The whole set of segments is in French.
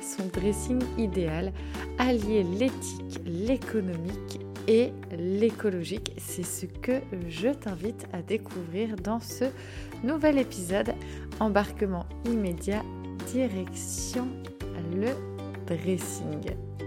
son dressing idéal, allier l'éthique, l'économique et l'écologique. C'est ce que je t'invite à découvrir dans ce nouvel épisode. Embarquement immédiat, direction le dressing.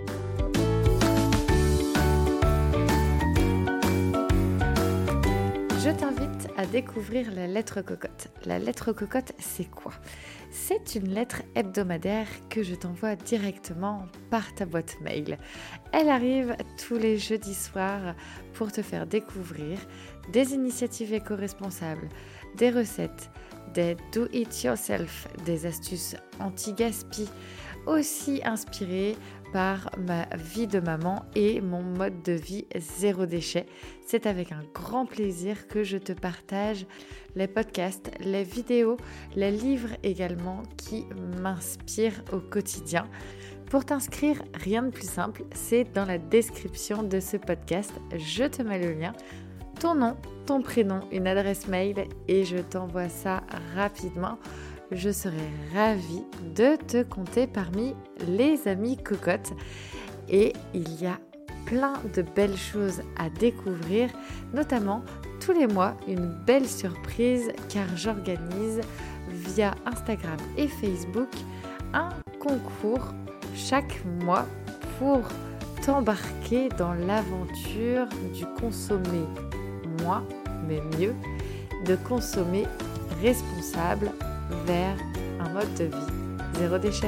Je t'invite à découvrir la lettre cocotte. La lettre cocotte, c'est quoi ? C'est une lettre hebdomadaire que je t'envoie directement par ta boîte mail. Elle arrive tous les jeudis soirs pour te faire découvrir des initiatives éco-responsables, des recettes, des do-it-yourself, des astuces anti-gaspi, aussi inspirées par ma vie de maman et mon mode de vie zéro déchet. C'est avec un grand plaisir que je te partage les podcasts, les vidéos, les livres également qui m'inspirent au quotidien. Pour t'inscrire, rien de plus simple, c'est dans la description de ce podcast. Je te mets le lien, ton nom, ton prénom, une adresse mail et je t'envoie ça rapidement. Je serai ravie de te compter parmi les amis cocottes. Et il y a plein de belles choses à découvrir, notamment tous les mois une belle surprise car j'organise via Instagram et Facebook un concours chaque mois pour t'embarquer dans l'aventure du consommer moins mais mieux, de consommer responsable vers un mode de vie zéro déchet.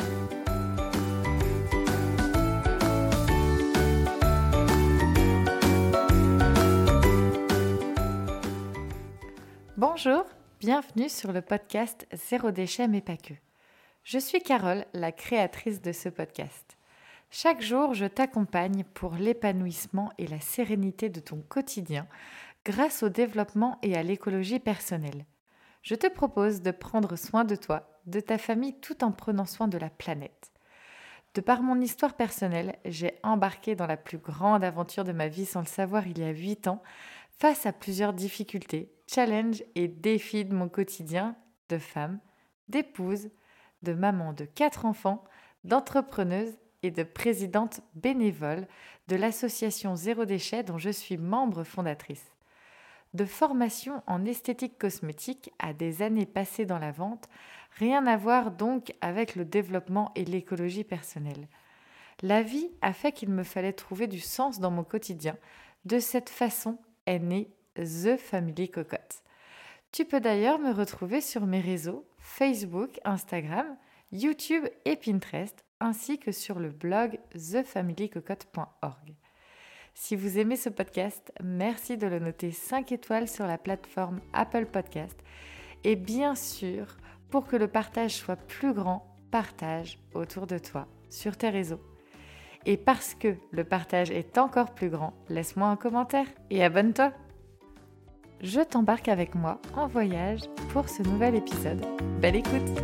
Bonjour, bienvenue sur le podcast Zéro déchet mais pas que. Je suis Carole, la créatrice de ce podcast. Chaque jour, je t'accompagne pour l'épanouissement et la sérénité de ton quotidien grâce au développement et à l'écologie personnelle. Je te propose de prendre soin de toi, de ta famille, tout en prenant soin de la planète. De par mon histoire personnelle, j'ai embarqué dans la plus grande aventure de ma vie sans le savoir il y a 8 ans, face à plusieurs difficultés, challenges et défis de mon quotidien de femme, d'épouse, de maman de 4 enfants, d'entrepreneuse et de présidente bénévole de l'association Zéro Déchet dont je suis membre fondatrice. De formation en esthétique cosmétique à des années passées dans la vente, rien à voir donc avec le développement et l'écologie personnelle. La vie a fait qu'il me fallait trouver du sens dans mon quotidien. De cette façon est née The Family Cocotte. Tu peux d'ailleurs me retrouver sur mes réseaux Facebook, Instagram, YouTube et Pinterest, ainsi que sur le blog thefamilycocotte.org. Si vous aimez ce podcast, merci de le noter 5 étoiles sur la plateforme Apple Podcast. Et bien sûr, pour que le partage soit plus grand, partage autour de toi, sur tes réseaux. Et parce que le partage est encore plus grand, laisse-moi un commentaire et abonne-toi. Je t'embarque avec moi en voyage pour ce nouvel épisode. Belle écoute!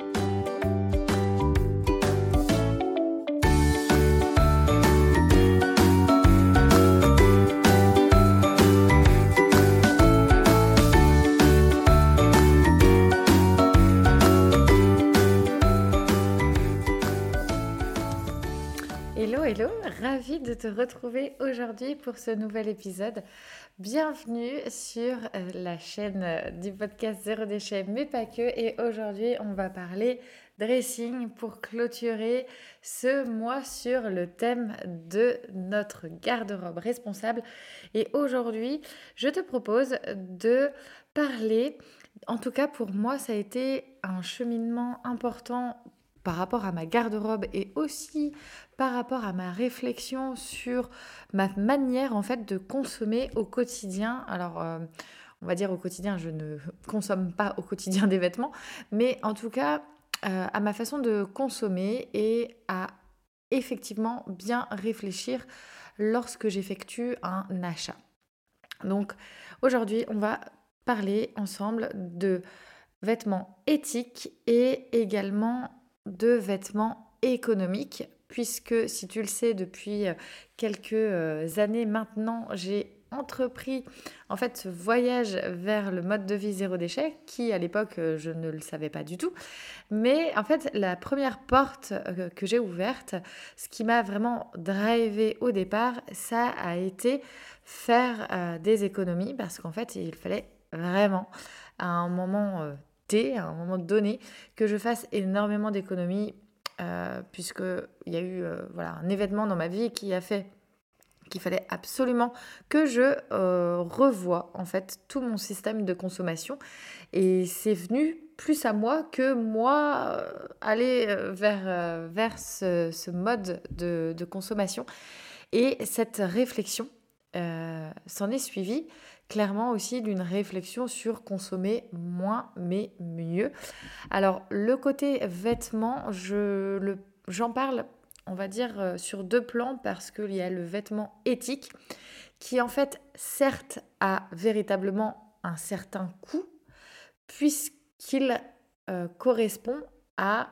Hello, ravie de te retrouver aujourd'hui pour ce nouvel épisode. Bienvenue sur la chaîne du podcast Zéro Déchet mais pas que. Et aujourd'hui, on va parler dressing pour clôturer ce mois sur le thème de notre garde-robe responsable. Et aujourd'hui, je te propose de parler, en tout cas pour moi, ça a été un cheminement important par rapport à ma garde-robe et aussi par rapport à ma réflexion sur ma manière en fait de consommer au quotidien. Alors, on va dire au quotidien, je ne consomme pas au quotidien des vêtements, mais en tout cas, à ma façon de consommer et à effectivement bien réfléchir lorsque j'effectue un achat. Donc, aujourd'hui, on va parler ensemble de vêtements éthiques et également de vêtements économiques, puisque si tu le sais depuis quelques années maintenant, j'ai entrepris en fait ce voyage vers le mode de vie zéro déchet qui à l'époque je ne le savais pas du tout. Mais en fait la première porte que j'ai ouverte, ce qui m'a vraiment drivé au départ, ça a été faire des économies parce qu'en fait il fallait vraiment à un moment à un moment donné, que je fasse énormément d'économies puisqu'il y a eu un événement dans ma vie qui a fait qu'il fallait absolument que je revoie en fait tout mon système de consommation et c'est venu plus à moi que moi aller vers ce mode de consommation et cette réflexion s'en est suivie clairement aussi d'une réflexion sur consommer moins mais mieux. Alors le côté vêtements, j'en parle on va dire sur deux plans parce qu'il y a le vêtement éthique qui en fait certes a véritablement un certain coût puisqu'il correspond à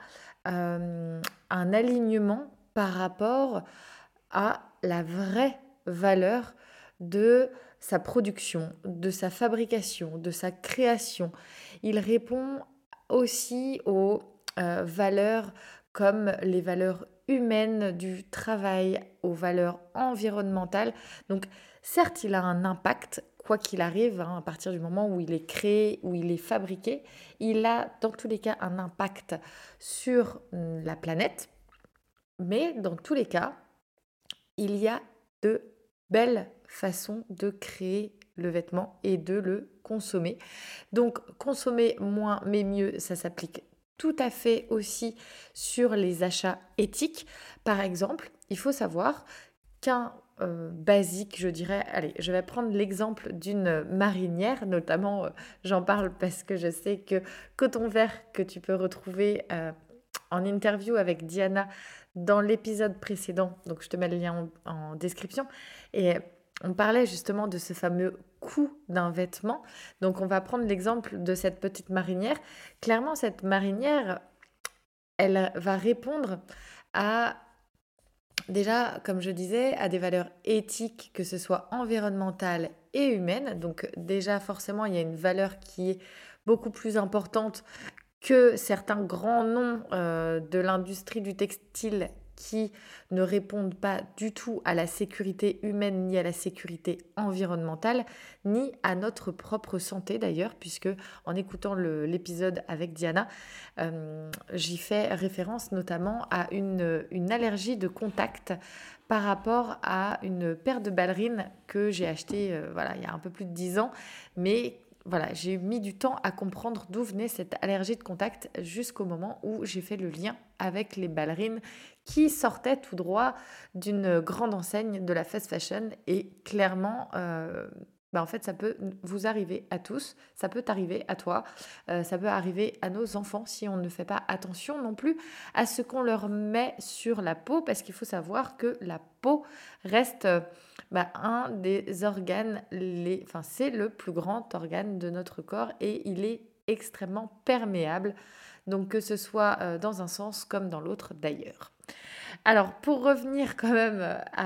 un alignement par rapport à la vraie valeur de sa production, de sa fabrication, de sa création. Il répond aussi aux valeurs comme les valeurs humaines du travail, aux valeurs environnementales. Donc certes, il a un impact, quoi qu'il arrive, à partir du moment où il est créé, où il est fabriqué, il a dans tous les cas un impact sur la planète. Mais dans tous les cas, il y a de belles façons de créer le vêtement et de le consommer. Donc consommer moins mais mieux, ça s'applique tout à fait aussi sur les achats éthiques. Par exemple, il faut savoir qu'un basique, je dirais, allez, je vais prendre l'exemple d'une marinière, notamment j'en parle parce que je sais que Coton Vert, que tu peux retrouver en interview avec Diana dans l'épisode précédent, donc je te mets le lien en description, et on parlait justement de ce fameux coût d'un vêtement. Donc on va prendre l'exemple de cette petite marinière. Clairement, cette marinière, elle va répondre à, déjà, comme je disais, à des valeurs éthiques, que ce soit environnementales et humaines. Donc déjà, forcément, il y a une valeur qui est beaucoup plus importante que certains grands noms de l'industrie du textile qui ne répondent pas du tout à la sécurité humaine, ni à la sécurité environnementale, ni à notre propre santé d'ailleurs, puisque en écoutant l'épisode avec Diana, j'y fais référence notamment à une allergie de contact par rapport à une paire de ballerines que j'ai achetée il y a un peu plus de 10 ans, mais voilà, j'ai mis du temps à comprendre d'où venait cette allergie de contact jusqu'au moment où j'ai fait le lien avec les ballerines qui sortaient tout droit d'une grande enseigne de la fast fashion. Et clairement, en fait, ça peut vous arriver à tous, ça peut t'arriver à toi, ça peut arriver à nos enfants si on ne fait pas attention non plus à ce qu'on leur met sur la peau, parce qu'il faut savoir que la peau reste un des organes, c'est le plus grand organe de notre corps et il est extrêmement perméable, donc que ce soit dans un sens comme dans l'autre d'ailleurs. Alors pour revenir quand même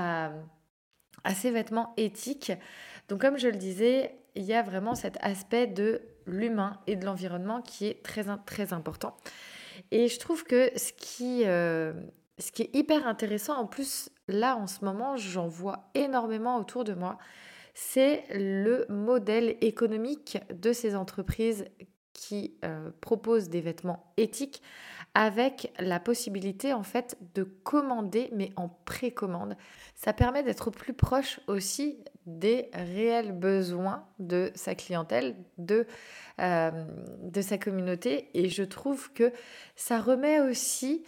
à ces vêtements éthiques, donc comme je le disais, il y a vraiment cet aspect de l'humain et de l'environnement qui est très, très important. Et je trouve que ce qui est hyper intéressant, en plus, là, en ce moment, j'en vois énormément autour de moi, c'est le modèle économique de ces entreprises qui proposent des vêtements éthiques avec la possibilité en fait de commander mais en précommande. Ça permet d'être plus proche aussi des réels besoins de sa clientèle, de sa communauté et je trouve que ça remet aussi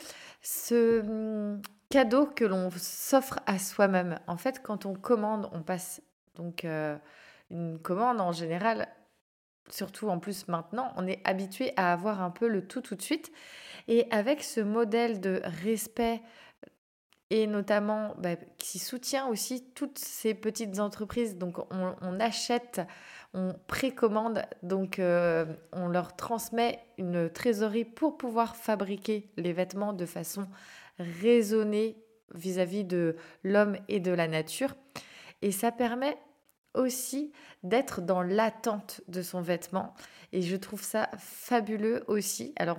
ce cadeau que l'on s'offre à soi-même. En fait, quand on commande, on passe donc une commande en général, surtout en plus maintenant, on est habitué à avoir un peu le tout de suite. Et avec ce modèle de respect et notamment qui soutient aussi toutes ces petites entreprises, donc on achète, on précommande, donc on leur transmet une trésorerie pour pouvoir fabriquer les vêtements de façon raisonnée vis-à-vis de l'homme et de la nature. Et ça permet aussi d'être dans l'attente de son vêtement et je trouve ça fabuleux aussi. Alors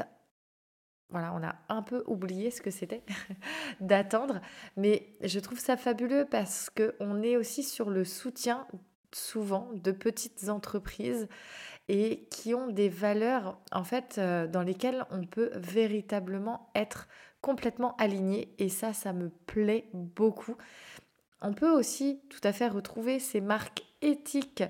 on a un peu oublié ce que c'était d'attendre, mais je trouve ça fabuleux parce qu'on est aussi sur le soutien souvent de petites entreprises et qui ont des valeurs en fait dans lesquelles on peut véritablement être complètement aligné et ça me plaît beaucoup. On peut aussi tout à fait retrouver ces marques éthiques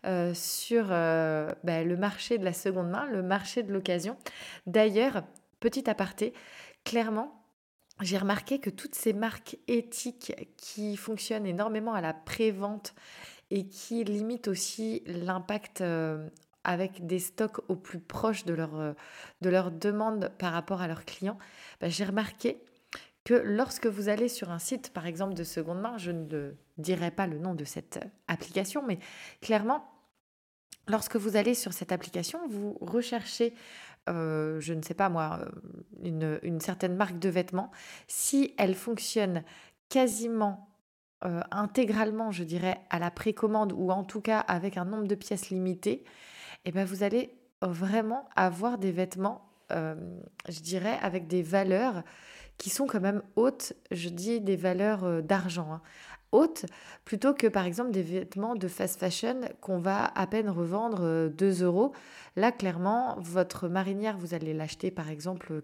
sur le marché de la seconde main, le marché de l'occasion. D'ailleurs, petit aparté, clairement, j'ai remarqué que toutes ces marques éthiques qui fonctionnent énormément à la prévente et qui limitent aussi l'impact avec des stocks au plus proche de leur demande par rapport à leurs clients, j'ai remarqué que lorsque vous allez sur un site, par exemple, de seconde main, je ne dirai pas le nom de cette application, mais clairement, lorsque vous allez sur cette application, vous recherchez, je ne sais pas moi, une certaine marque de vêtements. Si elle fonctionne quasiment intégralement, je dirais, à la précommande ou en tout cas avec un nombre de pièces limité, et ben vous allez vraiment avoir des vêtements, je dirais, avec des valeurs qui sont quand même hautes. Je dis des valeurs d'argent, hein, hautes, plutôt que par exemple des vêtements de fast fashion qu'on va à peine revendre 2 euros. Là, clairement, votre marinière, vous allez l'acheter par exemple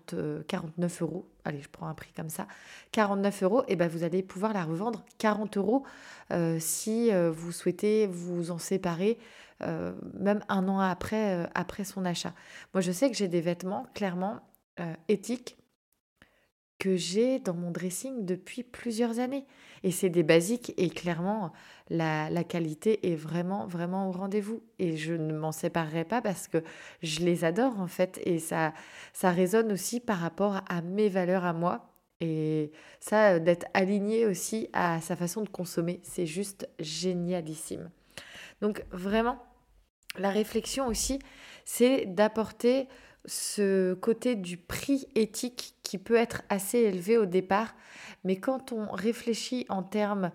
49 euros. Allez, je prends un prix comme ça. 49 euros, et ben vous allez pouvoir la revendre 40 euros si vous souhaitez vous en séparer même un an après son achat. Moi, je sais que j'ai des vêtements clairement éthiques que j'ai dans mon dressing depuis plusieurs années. Et c'est des basiques et clairement, la qualité est vraiment, vraiment au rendez-vous. Et je ne m'en séparerai pas parce que je les adore en fait. Et ça résonne aussi par rapport à mes valeurs à moi. Et ça, d'être aligné aussi à sa façon de consommer, c'est juste génialissime. Donc vraiment, la réflexion aussi, c'est d'apporter ce côté du prix éthique qui peut être assez élevé au départ, mais quand on réfléchit en termes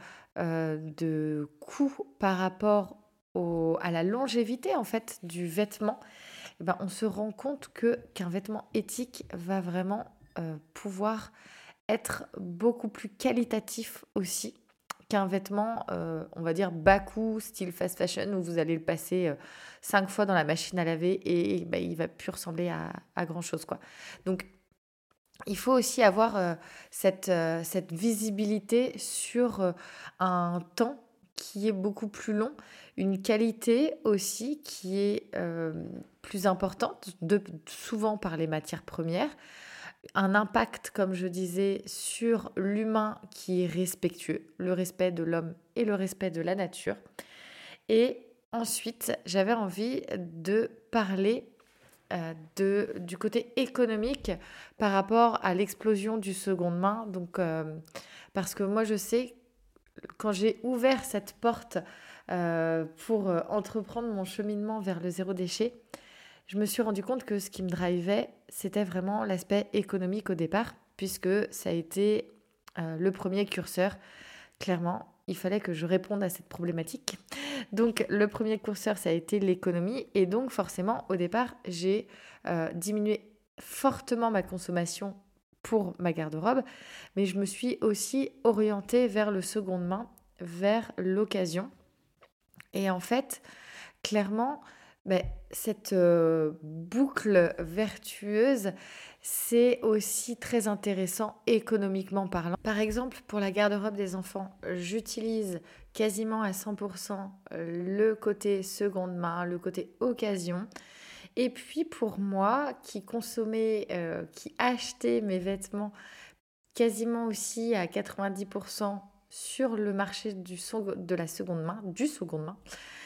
de coût par rapport à la longévité en fait du vêtement, eh ben, on se rend compte qu'un vêtement éthique va vraiment pouvoir être beaucoup plus qualitatif aussi qu'un vêtement, on va dire bas coût, style fast fashion, où vous allez le passer 5 fois dans la machine à laver et bah, il va plus ressembler à grand chose, quoi. Donc, il faut aussi avoir cette visibilité sur un temps qui est beaucoup plus long, une qualité aussi qui est plus importante, souvent par les matières premières, un impact, comme je disais, sur l'humain qui est respectueux, le respect de l'homme et le respect de la nature. Et ensuite, j'avais envie de parler du côté économique par rapport à l'explosion du seconde main. Donc, parce que moi, je sais, quand j'ai ouvert cette porte pour entreprendre mon cheminement vers le zéro déchet, je me suis rendu compte que ce qui me drivait, c'était vraiment l'aspect économique au départ, puisque ça a été le premier curseur. Clairement, il fallait que je réponde à cette problématique. Donc, le premier curseur, ça a été l'économie. Et donc, forcément, au départ, j'ai diminué fortement ma consommation pour ma garde-robe, mais je me suis aussi orientée vers le seconde main, vers l'occasion. Et en fait, clairement, cette boucle vertueuse, c'est aussi très intéressant économiquement parlant. Par exemple, pour la garde-robe des enfants, j'utilise quasiment à 100% le côté seconde main, le côté occasion. Et puis pour moi, qui consommais, qui achetais mes vêtements quasiment aussi à 90% sur le marché de la seconde main, du seconde main,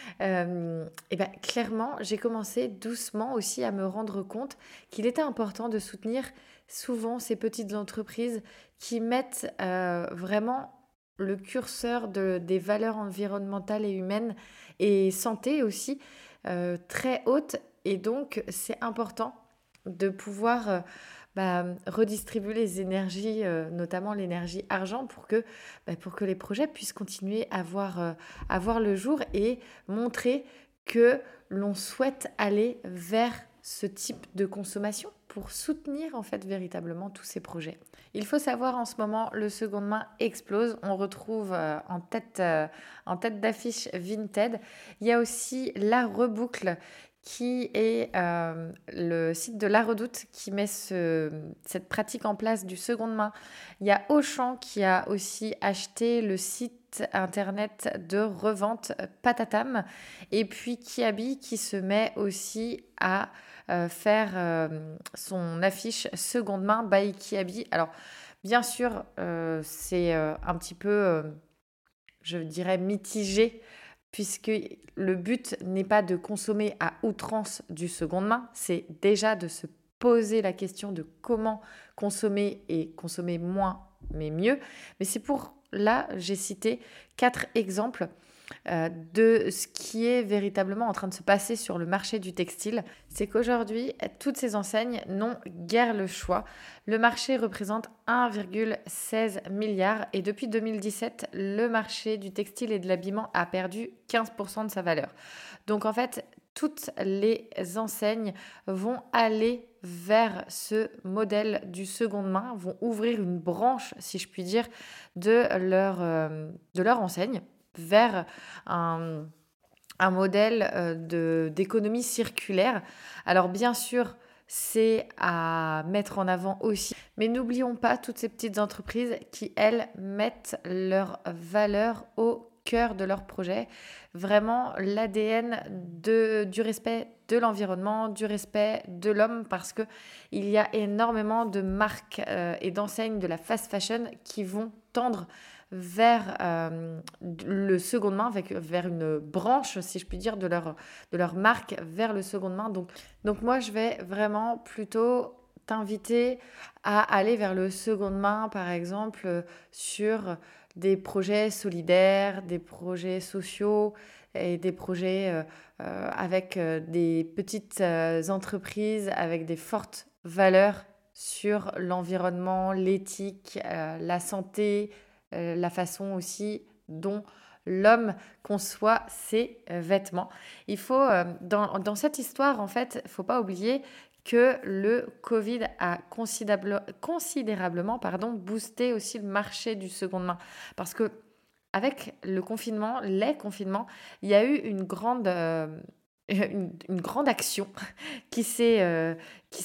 et ben, clairement, j'ai commencé doucement aussi à me rendre compte qu'il était important de soutenir souvent ces petites entreprises qui mettent vraiment le curseur des valeurs environnementales et humaines et santé aussi très haute. Et donc, c'est important de pouvoir redistribuer les énergies, notamment l'énergie argent, pour que les projets puissent continuer à voir le jour et montrer que l'on souhaite aller vers ce type de consommation pour soutenir en fait véritablement tous ces projets. Il faut savoir en ce moment, le seconde main explose. On retrouve en tête d'affiche Vinted. Il y a aussi La Reboucle qui est le site de La Redoute qui met cette pratique en place du seconde main. Il y a Auchan qui a aussi acheté le site internet de revente Patatam. Et puis Kiabi qui se met aussi à faire son affiche seconde main by Kiabi. Alors, bien sûr, c'est un petit peu, je dirais, mitigé, puisque le but n'est pas de consommer à outrance du seconde main, c'est déjà de se poser la question de comment consommer et consommer moins mais mieux. Mais c'est pour là, j'ai cité 4 exemples de ce qui est véritablement en train de se passer sur le marché du textile. C'est qu'aujourd'hui, toutes ces enseignes n'ont guère le choix. Le marché représente 1,16 milliard et depuis 2017, le marché du textile et de l'habillement a perdu 15% de sa valeur. Donc en fait, toutes les enseignes vont aller vers ce modèle du seconde main, vont ouvrir une branche, si je puis dire, de leur enseigne vers un modèle d'économie circulaire. Alors bien sûr, c'est à mettre en avant aussi. Mais n'oublions pas toutes ces petites entreprises qui, elles, mettent leur valeur au cœur de leur projet. Vraiment l'ADN du respect de l'environnement, du respect de l'homme, parce qu'il y a énormément de marques et d'enseignes de la fast fashion qui vont tendre vers le seconde main, vers une branche, si je puis dire, de leur marque vers le seconde main. Donc moi, je vais vraiment plutôt t'inviter à aller vers le seconde main, par exemple, sur des projets solidaires, des projets sociaux et des projets avec des petites entreprises, avec des fortes valeurs sur l'environnement, l'éthique, la santé, la façon aussi dont l'homme conçoit ses vêtements. Il faut, dans cette histoire, en fait, il ne faut pas oublier que le Covid a considérablement boosté aussi le marché du seconde main. Parce que avec les confinements, il y a eu une grande action qui s'est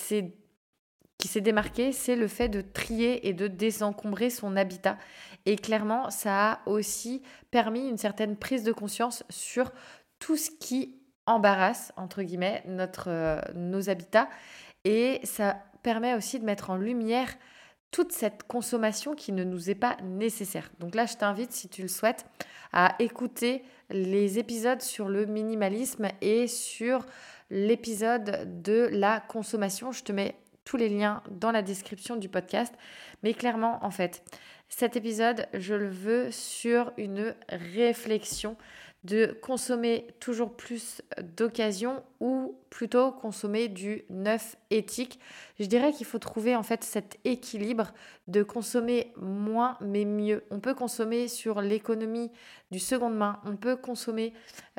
démarquée, c'est le fait de trier et de désencombrer son habitat. Et clairement, ça a aussi permis une certaine prise de conscience sur tout ce qui embarrasse, entre guillemets, nos habitats. Et ça permet aussi de mettre en lumière toute cette consommation qui ne nous est pas nécessaire. Donc là, je t'invite, si tu le souhaites, à écouter les épisodes sur le minimalisme et sur l'épisode de la consommation. Je te mets tous les liens dans la description du podcast. Mais clairement, en fait, cet épisode, je le veux sur une réflexion de consommer toujours plus d'occasions ou plutôt consommer du neuf éthique. Je dirais qu'il faut trouver en fait cet équilibre de consommer moins mais mieux. On peut consommer sur l'économie du seconde main, on peut consommer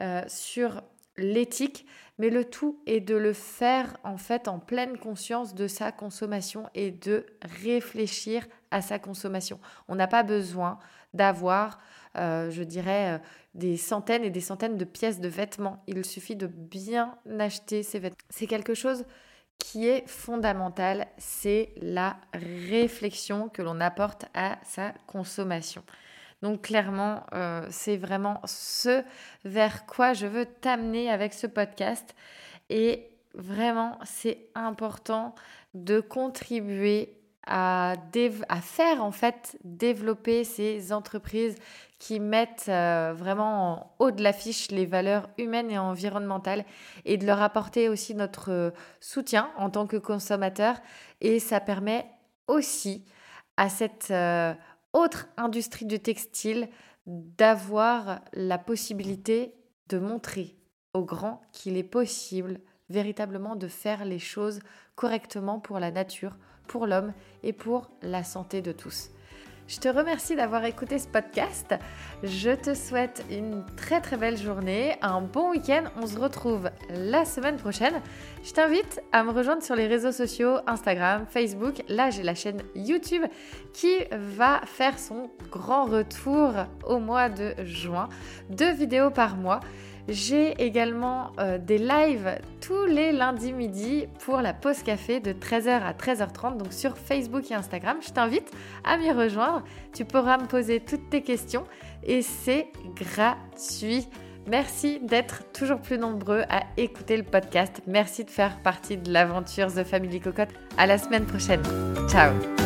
sur l'éthique, mais le tout est de le faire en fait en pleine conscience de sa consommation et de réfléchir à sa consommation. On n'a pas besoin d'avoir, je dirais, des centaines et des centaines de pièces de vêtements. Il suffit de bien acheter ces vêtements. C'est quelque chose qui est fondamental, c'est la réflexion que l'on apporte à sa consommation. Donc clairement, c'est vraiment ce vers quoi je veux t'amener avec ce podcast. Et vraiment, c'est important de contribuer à faire en fait développer ces entreprises qui mettent vraiment en haut de l'affiche les valeurs humaines et environnementales et de leur apporter aussi notre soutien en tant que consommateur. Et ça permet aussi à cette autre industrie du textile d'avoir la possibilité de montrer aux grands qu'il est possible véritablement de faire les choses correctement pour la nature, pour l'homme et pour la santé de tous. Je te remercie d'avoir écouté ce podcast. Je te souhaite une très très belle journée, un bon week-end. On se retrouve la semaine prochaine. Je t'invite à me rejoindre sur les réseaux sociaux, Instagram, Facebook. Là, j'ai la chaîne YouTube qui va faire son grand retour au mois de juin. 2 vidéos par mois. J'ai également des lives tous les lundis midi pour la pause café de 13h à 13h30, donc sur Facebook et Instagram. Je t'invite à m'y rejoindre. Tu pourras me poser toutes tes questions et c'est gratuit. Merci d'être toujours plus nombreux à écouter le podcast. Merci de faire partie de l'aventure The Family Cocotte. À la semaine prochaine. Ciao.